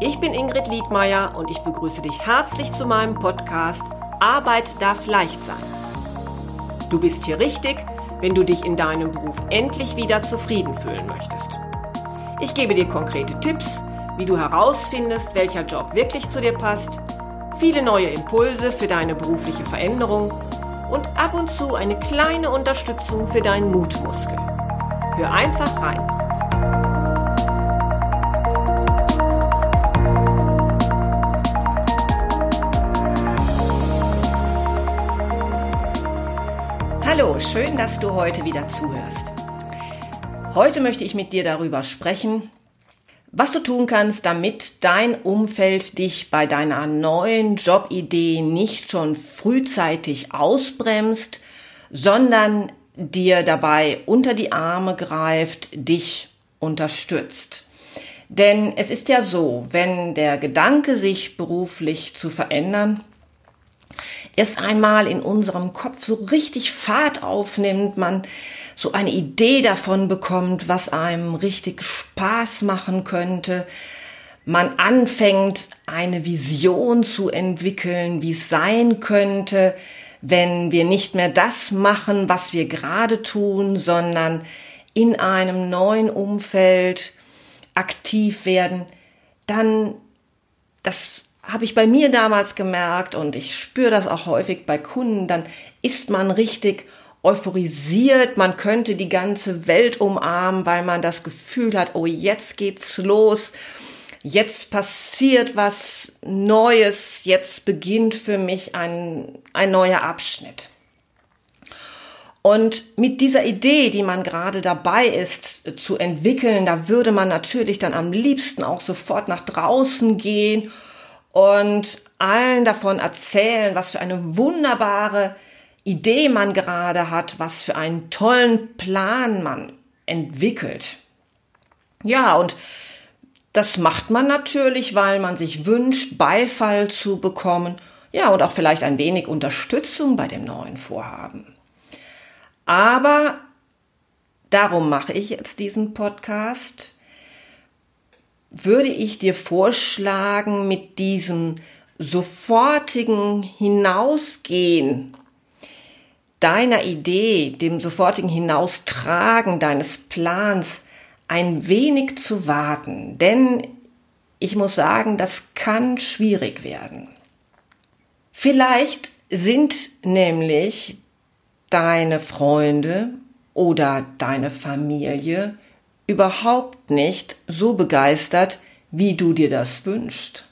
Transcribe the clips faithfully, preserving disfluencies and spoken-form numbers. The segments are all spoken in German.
Ich bin Ingrid Liedmeier und ich begrüße dich herzlich zu meinem Podcast Arbeit darf leicht sein. Du bist hier richtig, wenn du dich in deinem Beruf endlich wieder zufrieden fühlen möchtest. Ich gebe dir konkrete Tipps, wie du herausfindest, welcher Job wirklich zu dir passt, viele neue Impulse für deine berufliche Veränderung und ab und zu eine kleine Unterstützung für deinen Mutmuskel. Hör einfach rein. Hallo, schön, dass du heute wieder zuhörst. Heute möchte ich mit dir darüber sprechen, was du tun kannst, damit dein Umfeld dich bei deiner neuen Jobidee nicht schon frühzeitig ausbremst, sondern dir dabei unter die Arme greift, dich unterstützt. Denn es ist ja so, wenn der Gedanke, sich beruflich zu verändern, erst einmal in unserem Kopf so richtig Fahrt aufnimmt, man so eine Idee davon bekommt, was einem richtig Spaß machen könnte, man anfängt, eine Vision zu entwickeln, wie es sein könnte, wenn wir nicht mehr das machen, was wir gerade tun, sondern in einem neuen Umfeld aktiv werden, dann das habe ich bei mir damals gemerkt und ich spüre das auch häufig bei Kunden, dann ist man richtig euphorisiert, man könnte die ganze Welt umarmen, weil man das Gefühl hat, oh, jetzt geht's los, jetzt passiert was Neues, jetzt beginnt für mich ein, ein neuer Abschnitt. Und mit dieser Idee, die man gerade dabei ist zu entwickeln, da würde man natürlich dann am liebsten auch sofort nach draußen gehen und allen davon erzählen, was für eine wunderbare Idee man gerade hat, was für einen tollen Plan man entwickelt. Ja, und das macht man natürlich, weil man sich wünscht, Beifall zu bekommen, ja, und auch vielleicht ein wenig Unterstützung bei dem neuen Vorhaben. Aber darum mache ich jetzt diesen Podcast. Würde ich dir vorschlagen, mit diesem sofortigen Hinausgehen deiner Idee, dem sofortigen Hinaustragen deines Plans ein wenig zu warten. Denn ich muss sagen, das kann schwierig werden. Vielleicht sind nämlich deine Freunde oder deine Familie überhaupt nicht so begeistert, wie du dir das wünschst.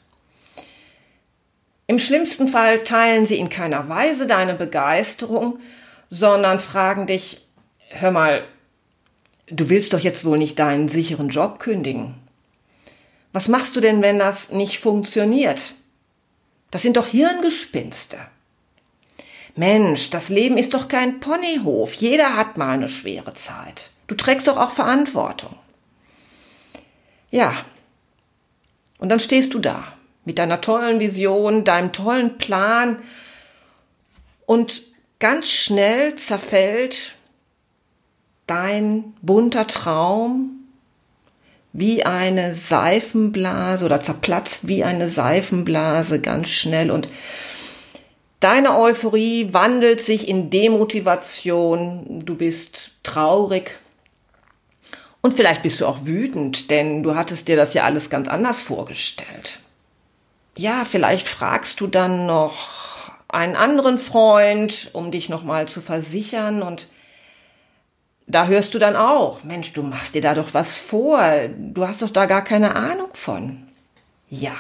Im schlimmsten Fall teilen sie in keiner Weise deine Begeisterung, sondern fragen dich, hör mal, du willst doch jetzt wohl nicht deinen sicheren Job kündigen. Was machst du denn, wenn das nicht funktioniert? Das sind doch Hirngespinste. Mensch, das Leben ist doch kein Ponyhof. Jeder hat mal eine schwere Zeit. Du trägst doch auch Verantwortung. Ja, und dann stehst du da mit deiner tollen Vision, deinem tollen Plan und ganz schnell zerfällt dein bunter Traum wie eine Seifenblase oder zerplatzt wie eine Seifenblase ganz schnell und deine Euphorie wandelt sich in Demotivation, du bist traurig und vielleicht bist du auch wütend, denn du hattest dir das ja alles ganz anders vorgestellt. Ja, vielleicht fragst du dann noch einen anderen Freund, um dich nochmal zu versichern und da hörst du dann auch, Mensch, du machst dir da doch was vor, du hast doch da gar keine Ahnung von. Ja.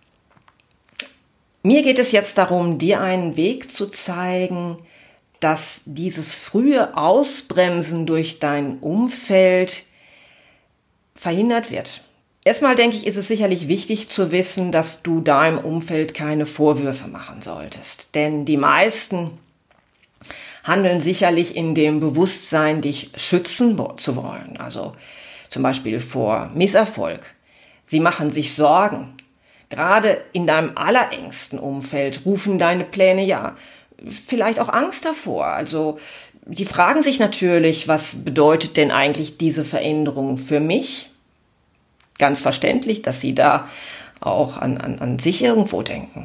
Mir geht es jetzt darum, dir einen Weg zu zeigen, dass dieses frühe Ausbremsen durch dein Umfeld verhindert wird. Erstmal denke ich, ist es sicherlich wichtig zu wissen, dass du deinem Umfeld keine Vorwürfe machen solltest. Denn die meisten handeln sicherlich in dem Bewusstsein, dich schützen zu wollen. Also zum Beispiel vor Misserfolg. Sie machen sich Sorgen. Gerade in deinem allerengsten Umfeld rufen deine Pläne ja vielleicht auch Angst davor. Also die fragen sich natürlich, was bedeutet denn eigentlich diese Veränderung für mich? Ganz verständlich, dass sie da auch an, an, an sich irgendwo denken.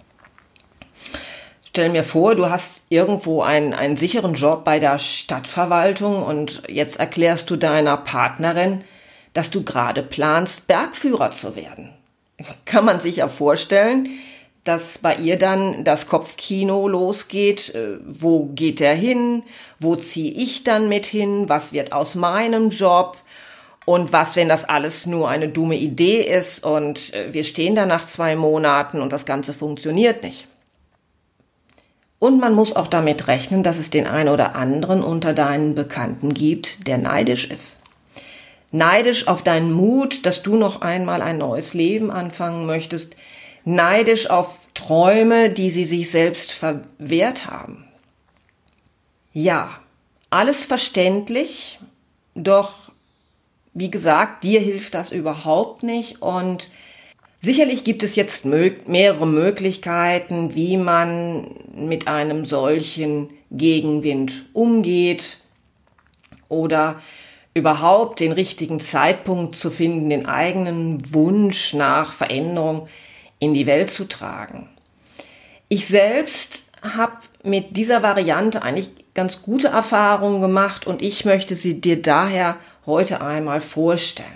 Stell mir vor, du hast irgendwo einen, einen sicheren Job bei der Stadtverwaltung und jetzt erklärst du deiner Partnerin, dass du gerade planst, Bergführer zu werden. Kann man sich ja vorstellen, dass bei ihr dann das Kopfkino losgeht. Wo geht der hin? Wo ziehe ich dann mit hin? Was wird aus meinem Job? Und was, wenn das alles nur eine dumme Idee ist und wir stehen da nach zwei Monaten und das Ganze funktioniert nicht? Und man muss auch damit rechnen, dass es den einen oder anderen unter deinen Bekannten gibt, der neidisch ist. Neidisch auf deinen Mut, dass du noch einmal ein neues Leben anfangen möchtest. Neidisch auf Träume, die sie sich selbst verwehrt haben. Ja, alles verständlich, doch wie gesagt, dir hilft das überhaupt nicht und sicherlich gibt es jetzt mehrere Möglichkeiten, wie man mit einem solchen Gegenwind umgeht oder überhaupt den richtigen Zeitpunkt zu finden, den eigenen Wunsch nach Veränderung in die Welt zu tragen. Ich selbst habe mit dieser Variante eigentlich ganz gute Erfahrungen gemacht und ich möchte sie dir daher heute einmal vorstellen.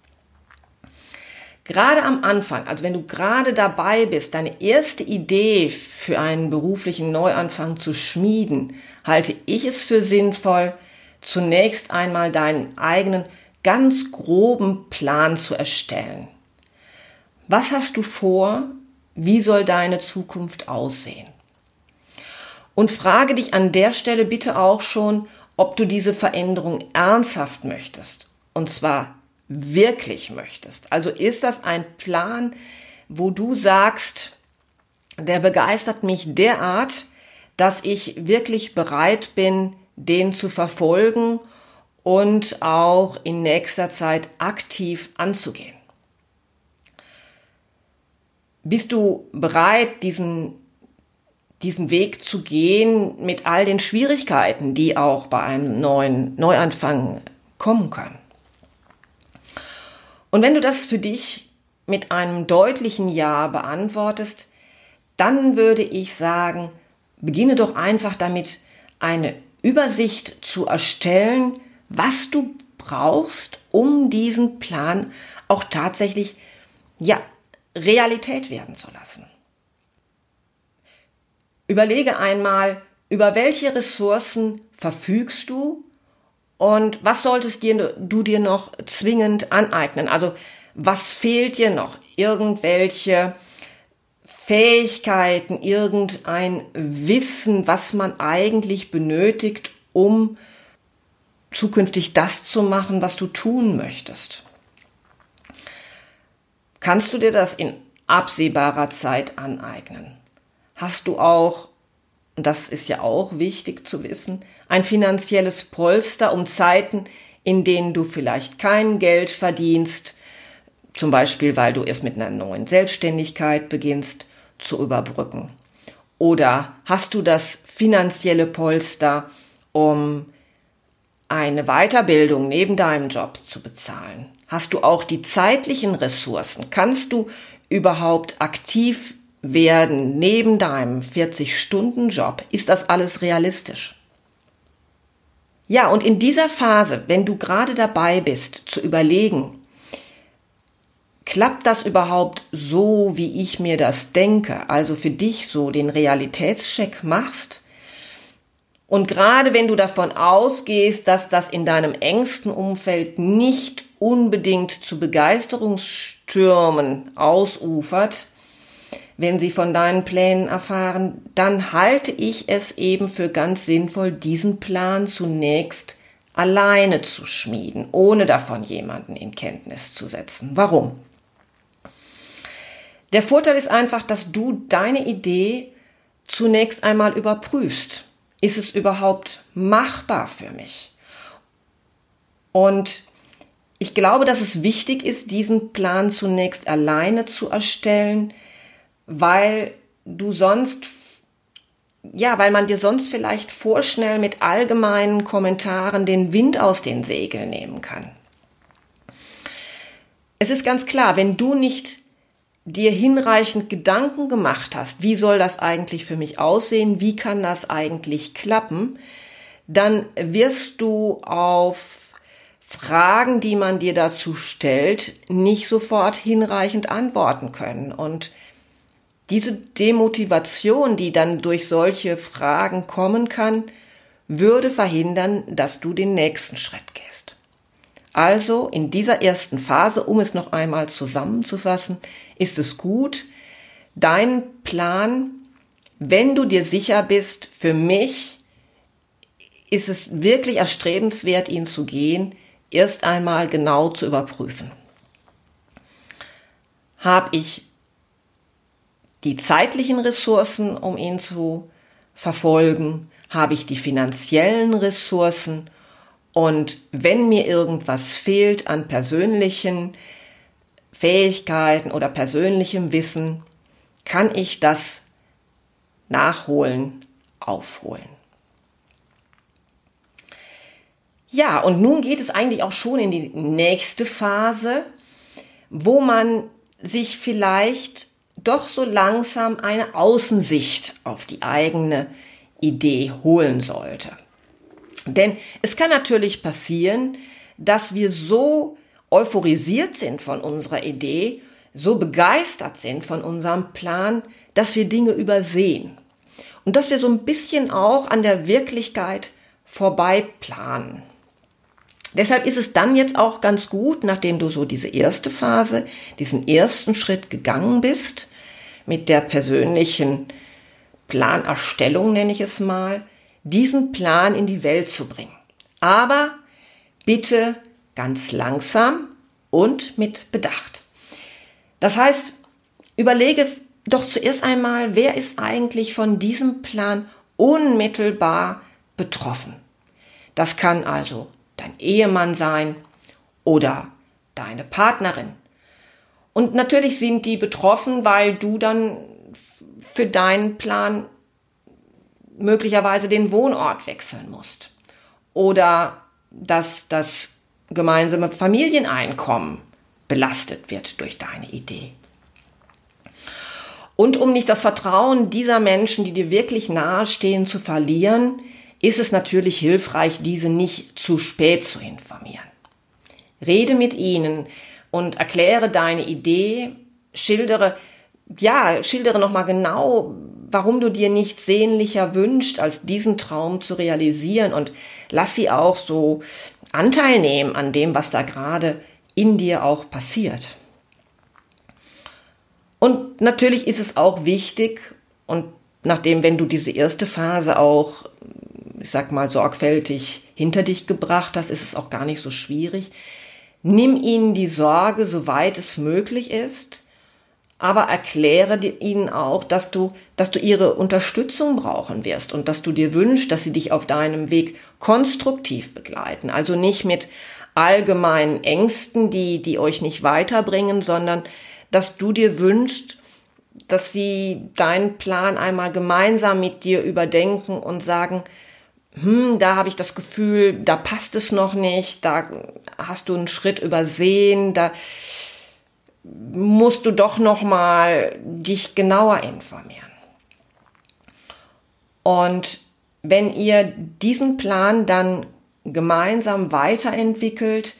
Gerade am Anfang, also wenn du gerade dabei bist, deine erste Idee für einen beruflichen Neuanfang zu schmieden, halte ich es für sinnvoll, zunächst einmal deinen eigenen, ganz groben Plan zu erstellen. Was hast du vor? Wie soll deine Zukunft aussehen? Und frage dich an der Stelle bitte auch schon, ob du diese Veränderung ernsthaft möchtest. Und zwar wirklich möchtest. Also ist das ein Plan, wo du sagst, der begeistert mich derart, dass ich wirklich bereit bin, den zu verfolgen und auch in nächster Zeit aktiv anzugehen. Bist du bereit, diesen, diesen Weg zu gehen mit all den Schwierigkeiten, die auch bei einem neuen Neuanfang kommen können? Und wenn du das für dich mit einem deutlichen Ja beantwortest, dann würde ich sagen, beginne doch einfach damit, eine Übersicht zu erstellen, was du brauchst, um diesen Plan auch tatsächlich, ja, Realität werden zu lassen. Überlege einmal, über welche Ressourcen verfügst du und was solltest dir, du dir noch zwingend aneignen? Also was fehlt dir noch? Irgendwelche Fähigkeiten, irgendein Wissen, was man eigentlich benötigt, um zukünftig das zu machen, was du tun möchtest. Kannst du dir das in absehbarer Zeit aneignen? Hast du auch, und das ist ja auch wichtig zu wissen, ein finanzielles Polster, um Zeiten, in denen du vielleicht kein Geld verdienst, zum Beispiel, weil du erst mit einer neuen Selbstständigkeit beginnst, zu überbrücken? Oder hast du das finanzielle Polster, um eine Weiterbildung neben deinem Job zu bezahlen? Hast du auch die zeitlichen Ressourcen? Kannst du überhaupt aktiv werden neben deinem vierzig-Stunden-Job? Ist das alles realistisch? Ja, und in dieser Phase, wenn du gerade dabei bist, zu überlegen, klappt das überhaupt so, wie ich mir das denke? Also für dich so den Realitätscheck machst. Und gerade wenn du davon ausgehst, dass das in deinem engsten Umfeld nicht unbedingt zu Begeisterungsstürmen ausufert, wenn sie von deinen Plänen erfahren, dann halte ich es eben für ganz sinnvoll, diesen Plan zunächst alleine zu schmieden, ohne davon jemanden in Kenntnis zu setzen. Warum? Der Vorteil ist einfach, dass du deine Idee zunächst einmal überprüfst. Ist es überhaupt machbar für mich? Und ich glaube, dass es wichtig ist, diesen Plan zunächst alleine zu erstellen, weil du sonst, ja, weil man dir sonst vielleicht vorschnell mit allgemeinen Kommentaren den Wind aus den Segeln nehmen kann. Es ist ganz klar, wenn du nicht dir hinreichend Gedanken gemacht hast, wie soll das eigentlich für mich aussehen, wie kann das eigentlich klappen, dann wirst du auf Fragen, die man dir dazu stellt, nicht sofort hinreichend antworten können. Und diese Demotivation, die dann durch solche Fragen kommen kann, würde verhindern, dass du den nächsten Schritt gehst. Also in dieser ersten Phase, um es noch einmal zusammenzufassen, ist es gut, deinen Plan, wenn du dir sicher bist, für mich ist es wirklich erstrebenswert, ihn zu gehen, erst einmal genau zu überprüfen. Habe ich die zeitlichen Ressourcen, um ihn zu verfolgen? Habe ich die finanziellen Ressourcen? Und wenn mir irgendwas fehlt an persönlichen Fähigkeiten oder persönlichem Wissen, kann ich das nachholen, aufholen. Ja, und nun geht es eigentlich auch schon in die nächste Phase, wo man sich vielleicht doch so langsam eine Außensicht auf die eigene Idee holen sollte. Denn es kann natürlich passieren, dass wir so euphorisiert sind von unserer Idee, so begeistert sind von unserem Plan, dass wir Dinge übersehen und dass wir so ein bisschen auch an der Wirklichkeit vorbei planen. Deshalb ist es dann jetzt auch ganz gut, nachdem du so diese erste Phase, diesen ersten Schritt gegangen bist, mit der persönlichen Planerstellung, nenne ich es mal, diesen Plan in die Welt zu bringen. Aber bitte ganz langsam und mit Bedacht. Das heißt, überlege doch zuerst einmal, wer ist eigentlich von diesem Plan unmittelbar betroffen? Das kann also dein Ehemann sein oder deine Partnerin. Und natürlich sind die betroffen, weil du dann für deinen Plan möglicherweise den Wohnort wechseln musst. Oder dass das gemeinsame Familieneinkommen belastet wird durch deine Idee. Und um nicht das Vertrauen dieser Menschen, die dir wirklich nahestehen, zu verlieren, ist es natürlich hilfreich, diese nicht zu spät zu informieren. Rede mit ihnen und erkläre deine Idee, schildere, ja, schildere nochmal genau, warum du dir nichts sehnlicher wünschst, als diesen Traum zu realisieren, und lass sie auch so Anteil nehmen an dem, was da gerade in dir auch passiert. Und natürlich ist es auch wichtig, und nachdem, wenn du diese erste Phase auch, ich sag mal, sorgfältig hinter dich gebracht hast, ist es auch gar nicht so schwierig. Nimm ihnen die Sorge, soweit es möglich ist, aber erkläre ihnen auch, dass du, dass du ihre Unterstützung brauchen wirst und dass du dir wünschst, dass sie dich auf deinem Weg konstruktiv begleiten. Also nicht mit allgemeinen Ängsten, die, die euch nicht weiterbringen, sondern dass du dir wünschst, dass sie deinen Plan einmal gemeinsam mit dir überdenken und sagen, hm, da habe ich das Gefühl, da passt es noch nicht, da hast du einen Schritt übersehen, da musst du doch noch mal dich genauer informieren. Und wenn ihr diesen Plan dann gemeinsam weiterentwickelt,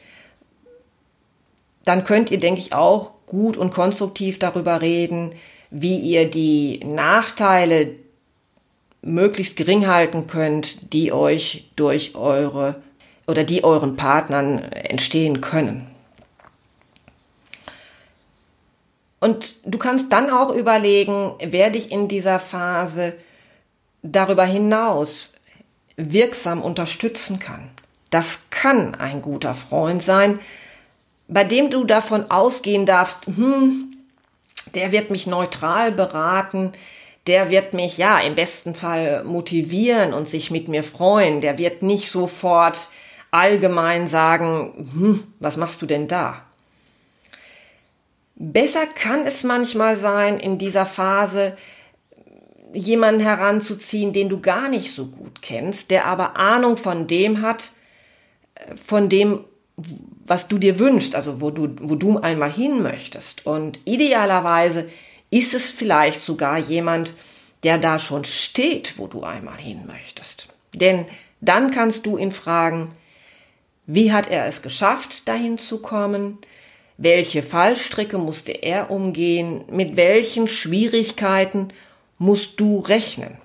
dann könnt ihr, denke ich, auch gut und konstruktiv darüber reden, wie ihr die Nachteile möglichst gering halten könnt, die euch durch eure oder die euren Partnern entstehen können. Und du kannst dann auch überlegen, wer dich in dieser Phase darüber hinaus wirksam unterstützen kann. Das kann ein guter Freund sein, bei dem du davon ausgehen darfst, hm, der wird mich neutral beraten, der wird mich ja im besten Fall motivieren und sich mit mir freuen, der wird nicht sofort allgemein sagen, hm, was machst du denn da? Besser kann es manchmal sein, in dieser Phase jemanden heranzuziehen, den du gar nicht so gut kennst, der aber Ahnung von dem hat, von dem was du dir wünschst, also wo du, wo du einmal hin möchtest. Und idealerweise ist es vielleicht sogar jemand, der da schon steht, wo du einmal hin möchtest. Denn dann kannst du ihn fragen, wie hat er es geschafft, dahin zu kommen? Welche Fallstricke musste er umgehen? Mit welchen Schwierigkeiten musst du rechnen?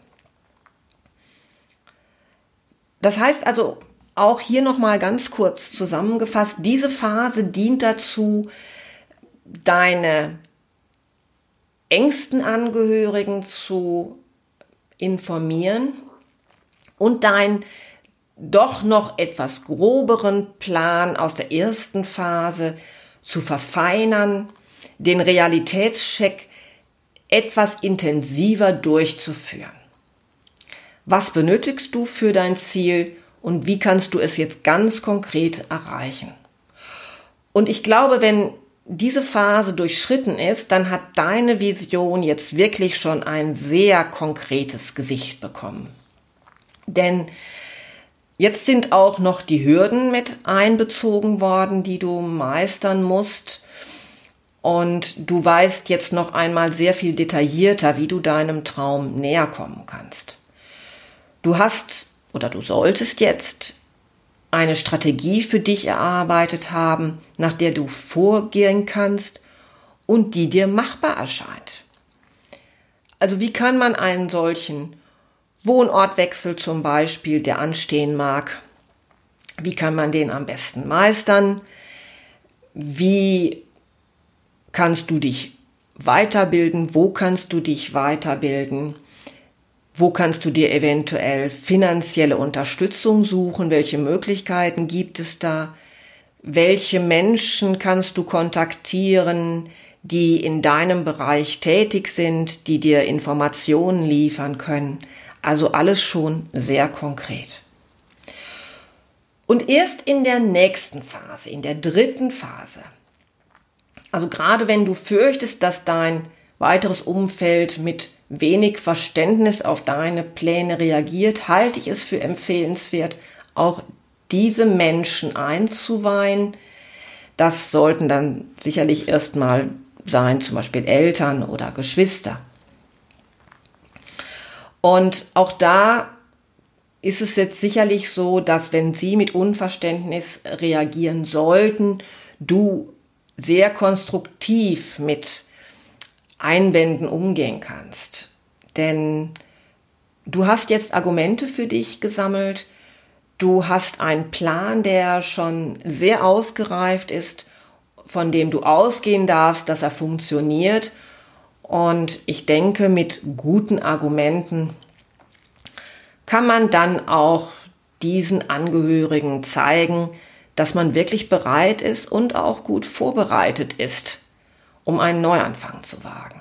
Das heißt also, auch hier nochmal ganz kurz zusammengefasst, diese Phase dient dazu, deine engsten Angehörigen zu informieren und deinen doch noch etwas groberen Plan aus der ersten Phase zu verfeinern, den Realitätscheck etwas intensiver durchzuführen. Was benötigst du für dein Ziel und wie kannst du es jetzt ganz konkret erreichen? Und ich glaube, wenn diese Phase durchschritten ist, dann hat deine Vision jetzt wirklich schon ein sehr konkretes Gesicht bekommen. Denn jetzt sind auch noch die Hürden mit einbezogen worden, die du meistern musst. Und du weißt jetzt noch einmal sehr viel detaillierter, wie du deinem Traum näher kommen kannst. Du hast oder du solltest jetzt eine Strategie für dich erarbeitet haben, nach der du vorgehen kannst und die dir machbar erscheint. Also wie kann man einen solchen Wohnortwechsel zum Beispiel, der anstehen mag, wie kann man den am besten meistern? Wie kannst du dich weiterbilden? Wo kannst du dich weiterbilden? Wo kannst du dir eventuell finanzielle Unterstützung suchen? Welche Möglichkeiten gibt es da? Welche Menschen kannst du kontaktieren, die in deinem Bereich tätig sind, die dir Informationen liefern können? Also alles schon sehr konkret. Und erst in der nächsten Phase, in der dritten Phase, also gerade wenn du fürchtest, dass dein weiteres Umfeld mit wenig Verständnis auf deine Pläne reagiert, halte ich es für empfehlenswert, auch diese Menschen einzuweihen. Das sollten dann sicherlich erstmal sein, zum Beispiel Eltern oder Geschwister. Und auch da ist es jetzt sicherlich so, dass wenn sie mit Unverständnis reagieren sollten, du sehr konstruktiv mit Einwänden umgehen kannst. Denn du hast jetzt Argumente für dich gesammelt, du hast einen Plan, der schon sehr ausgereift ist, von dem du ausgehen darfst, dass er funktioniert. Und ich denke, mit guten Argumenten kann man dann auch diesen Angehörigen zeigen, dass man wirklich bereit ist und auch gut vorbereitet ist, um einen Neuanfang zu wagen.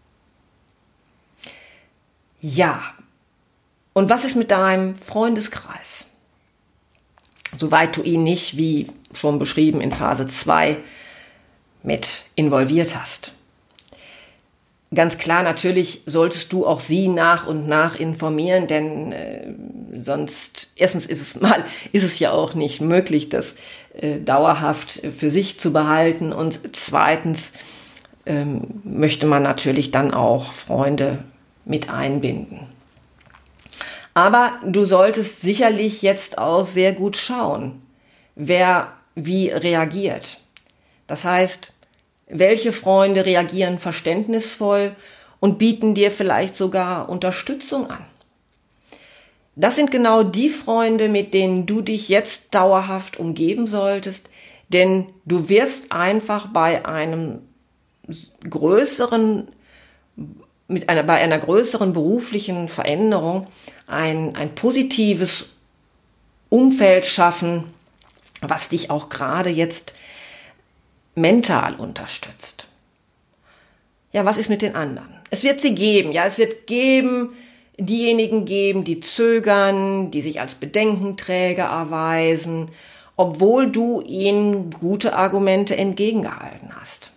Ja, und was ist mit deinem Freundeskreis? Soweit du ihn nicht, wie schon beschrieben in Phase zwei, mit involviert hast. Ganz klar, natürlich solltest du auch sie nach und nach informieren, denn äh, sonst, erstens ist es mal, ist es ja auch nicht möglich, das äh, dauerhaft für sich zu behalten, und zweitens ähm, möchte man natürlich dann auch Freunde mit einbinden. Aber du solltest sicherlich jetzt auch sehr gut schauen, wer wie reagiert. Das heißt, welche Freunde reagieren verständnisvoll und bieten dir vielleicht sogar Unterstützung an? Das sind genau die Freunde, mit denen du dich jetzt dauerhaft umgeben solltest, denn du wirst einfach bei einem größeren, mit einer, bei einer größeren beruflichen Veränderung ein, ein positives Umfeld schaffen, was dich auch gerade jetzt mental unterstützt. Ja, was ist mit den anderen? Es wird sie geben, ja, es wird geben, diejenigen geben, die zögern, die sich als Bedenkenträger erweisen, obwohl du ihnen gute Argumente entgegengehalten hast.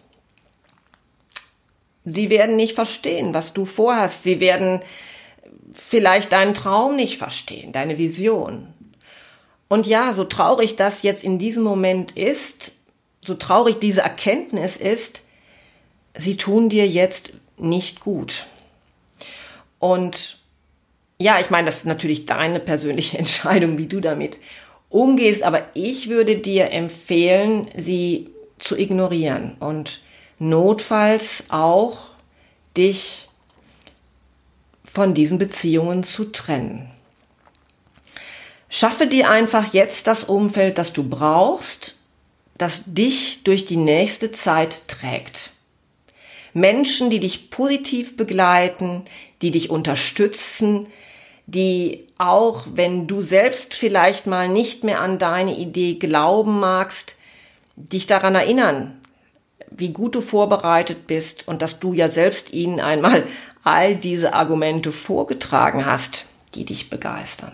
Sie werden nicht verstehen, was du vorhast. Sie werden vielleicht deinen Traum nicht verstehen, deine Vision. Und ja, so traurig das jetzt in diesem Moment ist, so traurig diese Erkenntnis ist, sie tun dir jetzt nicht gut. Und ja, ich meine, das ist natürlich deine persönliche Entscheidung, wie du damit umgehst, aber ich würde dir empfehlen, sie zu ignorieren und notfalls auch dich von diesen Beziehungen zu trennen. Schaffe dir einfach jetzt das Umfeld, das du brauchst, das dich durch die nächste Zeit trägt. Menschen, die dich positiv begleiten, die dich unterstützen, die auch, wenn du selbst vielleicht mal nicht mehr an deine Idee glauben magst, dich daran erinnern, wie gut du vorbereitet bist und dass du ja selbst ihnen einmal all diese Argumente vorgetragen hast, die dich begeistern.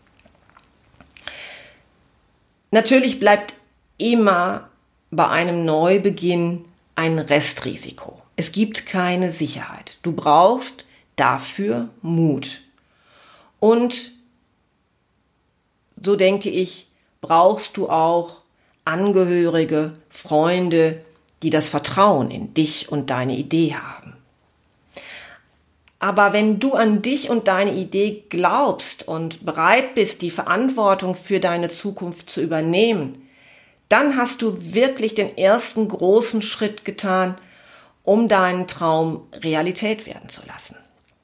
Natürlich bleibt immer bei einem Neubeginn ein Restrisiko. Es gibt keine Sicherheit. Du brauchst dafür Mut. Und so denke ich, brauchst du auch Angehörige, Freunde, die das Vertrauen in dich und deine Idee haben. Aber wenn du an dich und deine Idee glaubst und bereit bist, die Verantwortung für deine Zukunft zu übernehmen, dann hast du wirklich den ersten großen Schritt getan, um deinen Traum Realität werden zu lassen.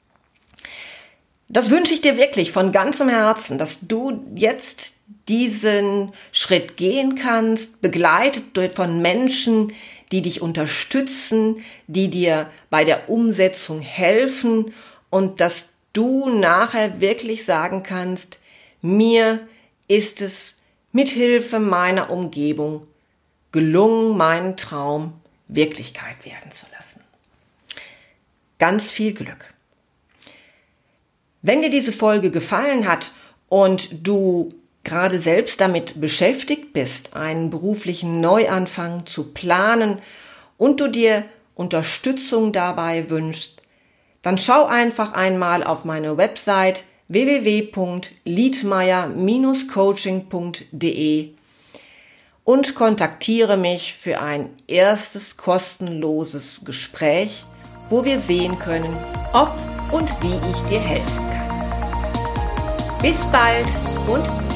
Das wünsche ich dir wirklich von ganzem Herzen, dass du jetzt diesen Schritt gehen kannst, begleitet von Menschen, die dich unterstützen, die dir bei der Umsetzung helfen und dass du nachher wirklich sagen kannst, mir ist es mithilfe meiner Umgebung gelungen, meinen Traum Wirklichkeit werden zu lassen. Ganz viel Glück. Wenn dir diese Folge gefallen hat und du gerade selbst damit beschäftigt bist, einen beruflichen Neuanfang zu planen und du dir Unterstützung dabei wünschst, dann schau einfach einmal auf meine Website w w w punkt liedmeier Bindestrich coaching punkt d e und kontaktiere mich für ein erstes kostenloses Gespräch, wo wir sehen können, ob und wie ich dir helfen kann. Bis bald und